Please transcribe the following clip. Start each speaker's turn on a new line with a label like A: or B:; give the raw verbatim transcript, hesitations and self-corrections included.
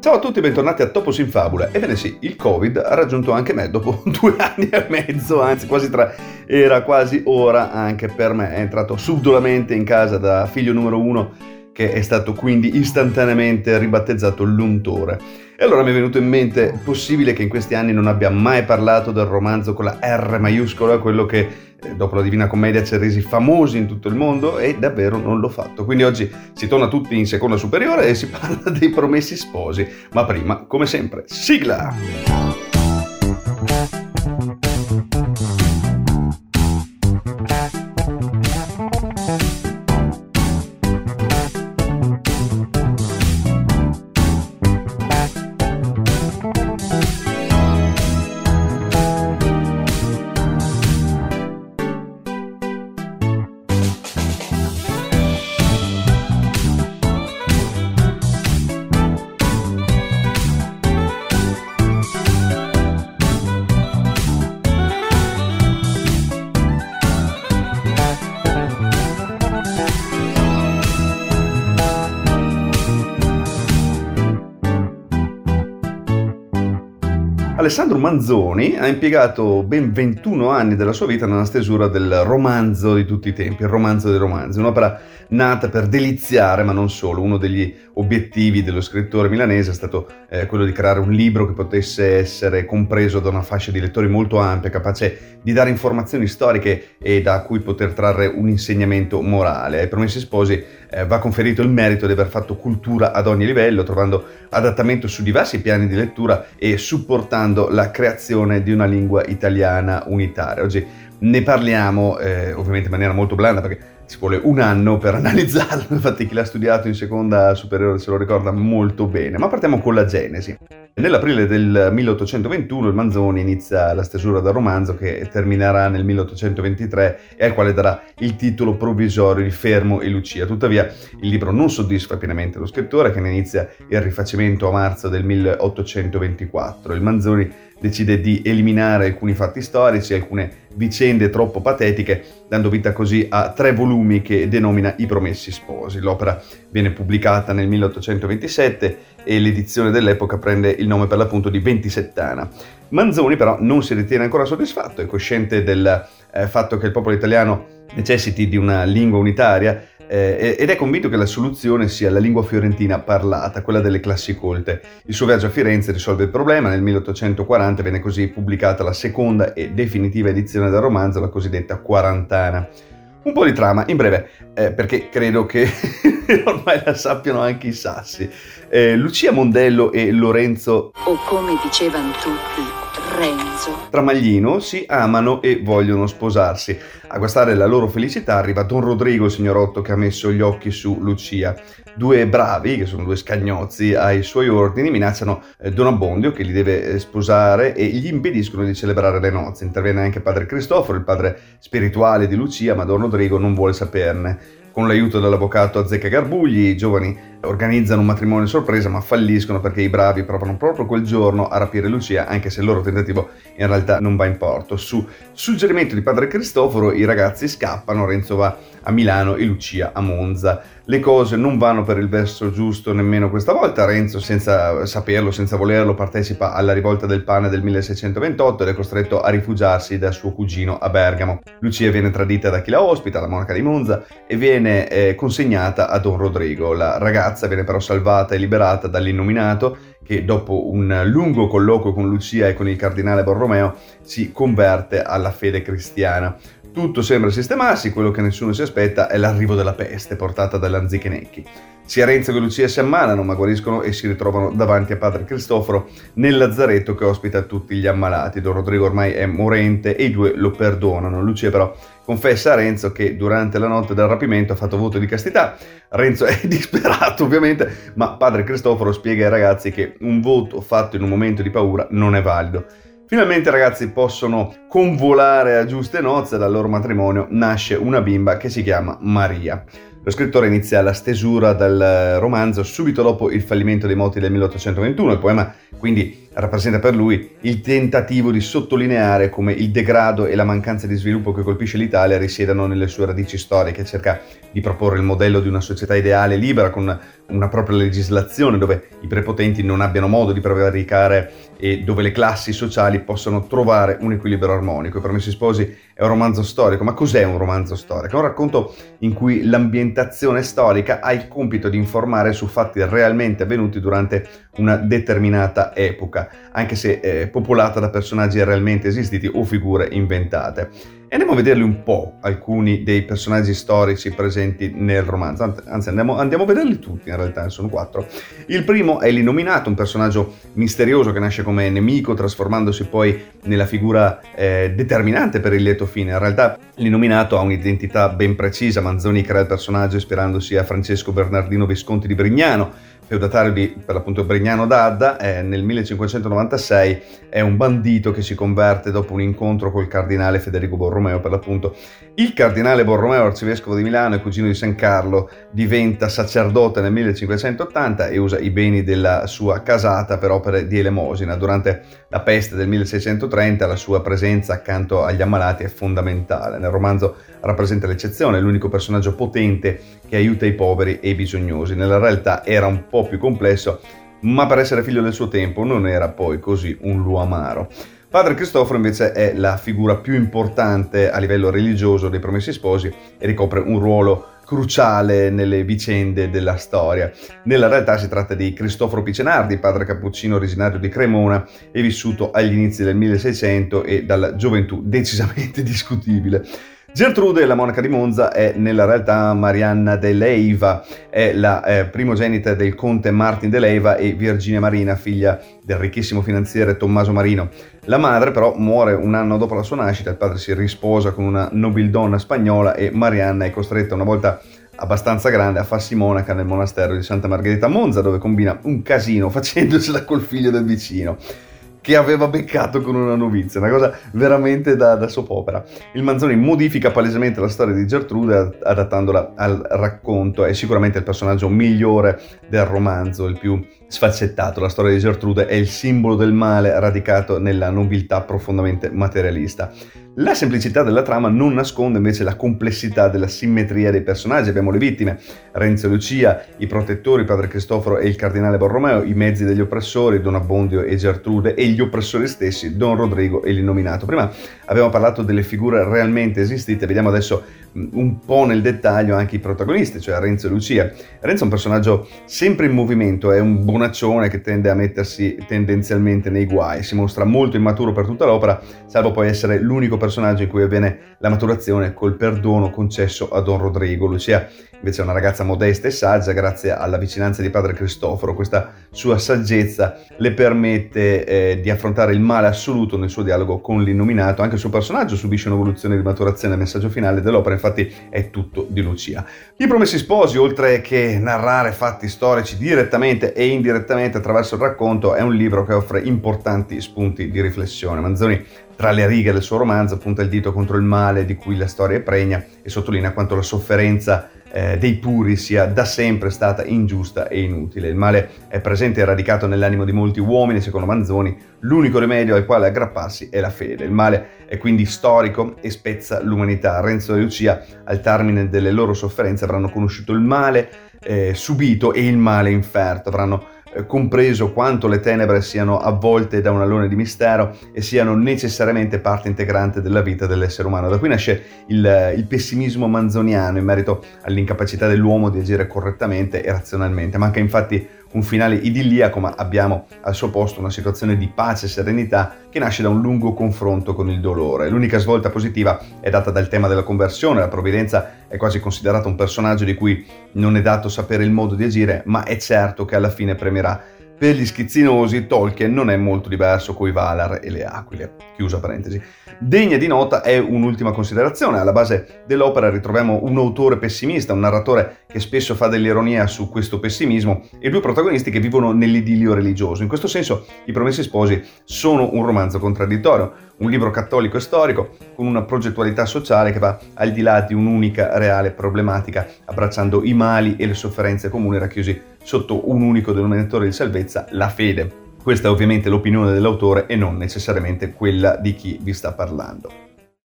A: Ciao a tutti e bentornati a Topos in Fabula. Ebbene sì, il Covid ha raggiunto anche me dopo due anni e mezzo, anzi quasi tre, era quasi ora anche per me. È entrato subdolamente in casa da figlio numero uno, che è stato quindi istantaneamente ribattezzato l'untore. E allora mi è venuto in mente, possibile che in questi anni non abbia mai parlato del romanzo con la R maiuscola, quello che eh, dopo la Divina Commedia ci ha resi famosi in tutto il mondo, e davvero non l'ho fatto. Quindi oggi si torna tutti in seconda superiore e si parla dei Promessi Sposi. Ma prima, come sempre, sigla! Alessandro Manzoni ha impiegato ben ventuno anni della sua vita nella stesura del romanzo di tutti i tempi, il romanzo dei romanzi, un'opera nata per deliziare, ma non solo. Uno degli obiettivi dello scrittore milanese è stato eh, quello di creare un libro che potesse essere compreso da una fascia di lettori molto ampia, capace di dare informazioni storiche e da cui poter trarre un insegnamento morale. Ai Promessi Sposi eh, va conferito il merito di aver fatto cultura ad ogni livello, trovando adattamento su diversi piani di lettura e supportando la creazione di una lingua italiana unitaria. Oggi ne parliamo eh, ovviamente in maniera molto blanda, perché ci vuole un anno per analizzarlo, infatti chi l'ha studiato in seconda superiore se lo ricorda molto bene. Ma partiamo con la genesi. Nell'aprile del milleottocentoventuno il Manzoni inizia la stesura del romanzo, che terminerà nel milleottocentoventitré e al quale darà il titolo provvisorio di Fermo e Lucia. Tuttavia il libro non soddisfa pienamente lo scrittore, che ne inizia il rifacimento a marzo del milleottocentoventiquattro. Il Manzoni decide di eliminare alcuni fatti storici, alcune vicende troppo patetiche, dando vita così a tre volumi che denomina I Promessi Sposi. L'opera viene pubblicata nel milleottocentoventisette e l'edizione dell'epoca prende il nome per l'appunto di Ventisettana. Manzoni però non si ritiene ancora soddisfatto, è cosciente del eh, fatto che il popolo italiano necessiti di una lingua unitaria, Eh, ed è convinto che la soluzione sia la lingua fiorentina parlata, quella delle classi colte. Il suo viaggio a Firenze risolve il problema. Nel milleottocentoquaranta viene così pubblicata la seconda e definitiva edizione del romanzo, la cosiddetta Quarantana. Un po' di trama, in breve, eh, perché credo che ormai la sappiano anche i sassi. Eh, Lucia Mondello e Lorenzo,
B: o come dicevano tutti, Renzo
A: Tramaglino, si amano e vogliono sposarsi. A guastare la loro felicità arriva Don Rodrigo, il signorotto che ha messo gli occhi su Lucia. Due bravi, che sono due scagnozzi ai suoi ordini, minacciano eh, Don Abbondio, che li deve eh, sposare, e gli impediscono di celebrare le nozze. Interviene anche padre Cristoforo, il padre spirituale di Lucia, ma Don Rodrigo non vuole saperne. Con l'aiuto dell'avvocato Azzeccagarbugli, i giovani organizzano un matrimonio sorpresa, ma falliscono perché i bravi provano proprio quel giorno a rapire Lucia, anche se il loro tentativo in realtà non va in porto. Su suggerimento di padre Cristoforo i ragazzi scappano, Renzo va a Milano e Lucia a Monza. Le cose non vanno per il verso giusto nemmeno questa volta. Renzo, senza saperlo, senza volerlo, partecipa alla rivolta del pane del milleseicentoventotto ed è costretto a rifugiarsi da suo cugino a Bergamo. Lucia viene tradita da chi la ospita, la monaca di Monza, e viene eh, consegnata a Don Rodrigo. La ragazza viene però salvata e liberata dall'innominato, che dopo un lungo colloquio con Lucia e con il cardinale Borromeo si converte alla fede cristiana. Tutto sembra sistemarsi, quello che nessuno si aspetta è l'arrivo della peste portata dall'Anzichenecchi. Sia Renzo che Lucia si ammalano, ma guariscono e si ritrovano davanti a padre Cristoforo nel lazzaretto che ospita tutti gli ammalati. Don Rodrigo ormai è morente e i due lo perdonano. Lucia però confessa a Renzo che durante la notte del rapimento ha fatto voto di castità. Renzo è disperato ovviamente, ma padre Cristoforo spiega ai ragazzi che un voto fatto in un momento di paura non è valido. Finalmente i ragazzi possono convolare a giuste nozze, dal loro matrimonio nasce una bimba che si chiama Maria. Lo scrittore inizia la stesura del romanzo subito dopo il fallimento dei moti del milleottocentoventuno. Il poema quindi rappresenta per lui il tentativo di sottolineare come il degrado e la mancanza di sviluppo che colpisce l'Italia risiedano nelle sue radici storiche. Cerca di proporre il modello di una società ideale libera con una propria legislazione dove i prepotenti non abbiano modo di prevaricare e dove le classi sociali possano trovare un equilibrio armonico. I Promessi Sposi è un romanzo storico, ma cos'è un romanzo storico? È un racconto in cui l'ambientazione storica ha il compito di informare su fatti realmente avvenuti durante una determinata epoca, anche se eh, popolata da personaggi realmente esistiti o figure inventate. E andiamo a vederli un po', alcuni dei personaggi storici presenti nel romanzo, anzi andiamo, andiamo a vederli tutti, in realtà sono quattro. Il primo è l'Innominato, un personaggio misterioso che nasce come nemico, trasformandosi poi nella figura eh, determinante per il lieto fine. In realtà l'Innominato ha un'identità ben precisa. Manzoni crea il personaggio ispirandosi a Francesco Bernardino Visconti di Brignano, feudatario di, per l'appunto, Brignano d'Adda. Eh, nel millecinquecentonovantasei è un bandito che si converte dopo un incontro col cardinale Federico Borromeo, per l'appunto. Il cardinale Borromeo, arcivescovo di Milano e cugino di San Carlo, diventa sacerdote nel millecinquecentottanta e usa i beni della sua casata per opere di elemosina. Durante la peste del milleseicentotrenta la sua presenza accanto agli ammalati è fondamentale. Nel romanzo rappresenta l'eccezione, è l'unico personaggio potente che aiuta i poveri e i bisognosi. Nella realtà era un po' più complesso, ma per essere figlio del suo tempo non era poi così un luamaro. Padre Cristoforo invece è la figura più importante a livello religioso dei Promessi Sposi e ricopre un ruolo cruciale nelle vicende della storia. Nella realtà si tratta di Cristoforo Picenardi, padre cappuccino originario di Cremona e vissuto agli inizi del milleseicento e dalla gioventù decisamente discutibile. Gertrude, la monaca di Monza, è nella realtà Marianna de Leyva, è la eh, primogenita del conte Martin de Leyva e Virginia Marina, figlia del ricchissimo finanziere Tommaso Marino. La madre però muore un anno dopo la sua nascita, il padre si risposa con una nobildonna spagnola e Marianna è costretta, una volta abbastanza grande, a farsi monaca nel monastero di Santa Margherita a Monza, dove combina un casino facendosela col figlio del vicino, che aveva beccato con una novizia, una cosa veramente da, da soap opera. Il Manzoni modifica palesemente la storia di Gertrude adattandola al racconto, è sicuramente il personaggio migliore del romanzo, il più sfaccettato. La storia di Gertrude è il simbolo del male radicato nella nobiltà profondamente materialista. La semplicità della trama non nasconde invece la complessità della simmetria dei personaggi. Abbiamo le vittime, Renzo e Lucia, i protettori, padre Cristoforo e il cardinale Borromeo, i mezzi degli oppressori, Don Abbondio e Gertrude, e gli oppressori stessi, Don Rodrigo e l'Innominato. Prima abbiamo parlato delle figure realmente esistite, vediamo adesso un po' nel dettaglio anche i protagonisti, cioè Renzo e Lucia. Renzo è un personaggio sempre in movimento, è un bonaccione che tende a mettersi tendenzialmente nei guai, si mostra molto immaturo per tutta l'opera, salvo poi essere l'unico personaggio in cui avviene la maturazione col perdono concesso a Don Rodrigo. Lucia invece è una ragazza modesta e saggia, grazie alla vicinanza di padre Cristoforo. Questa sua saggezza le permette eh, di affrontare il male assoluto nel suo dialogo con l'Innominato. Anche il suo personaggio subisce un'evoluzione di maturazione. Il messaggio finale dell'opera infatti è tutto di Lucia. I Promessi Sposi, oltre che narrare fatti storici direttamente e indirettamente attraverso il racconto, è un libro che offre importanti spunti di riflessione. Manzoni, tra le righe del suo romanzo, punta il dito contro il male di cui la storia è pregna e sottolinea quanto la sofferenza eh, dei puri sia da sempre stata ingiusta e inutile. Il male è presente e radicato nell'animo di molti uomini. Secondo Manzoni, l'unico rimedio al quale aggrapparsi è la fede. Il male è quindi storico e spezza l'umanità. Renzo e Lucia, al termine delle loro sofferenze, avranno conosciuto il male eh, subito e il male inferto, avranno compreso quanto le tenebre siano avvolte da un alone di mistero e siano necessariamente parte integrante della vita dell'essere umano. Da qui nasce il, il pessimismo manzoniano in merito all'incapacità dell'uomo di agire correttamente e razionalmente. Manca infatti un finale idilliaco, ma abbiamo al suo posto una situazione di pace e serenità che nasce da un lungo confronto con il dolore. L'unica svolta positiva è data dal tema della conversione. La provvidenza è quasi considerata un personaggio di cui non è dato sapere il modo di agire, ma è certo che alla fine premierà. Per gli schizzinosi, Tolkien non è molto diverso coi Valar e le Aquile. Chiusa parentesi. Degna di nota è un'ultima considerazione. Alla base dell'opera ritroviamo un autore pessimista, un narratore che spesso fa dell'ironia su questo pessimismo, e due protagonisti che vivono nell'idillio religioso. In questo senso, I Promessi Sposi sono un romanzo contraddittorio, un libro cattolico e storico con una progettualità sociale che va al di là di un'unica reale problematica, abbracciando i mali e le sofferenze comuni racchiusi sotto un unico denominatore di salvezza, la fede. Questa è ovviamente l'opinione dell'autore e non necessariamente quella di chi vi sta parlando.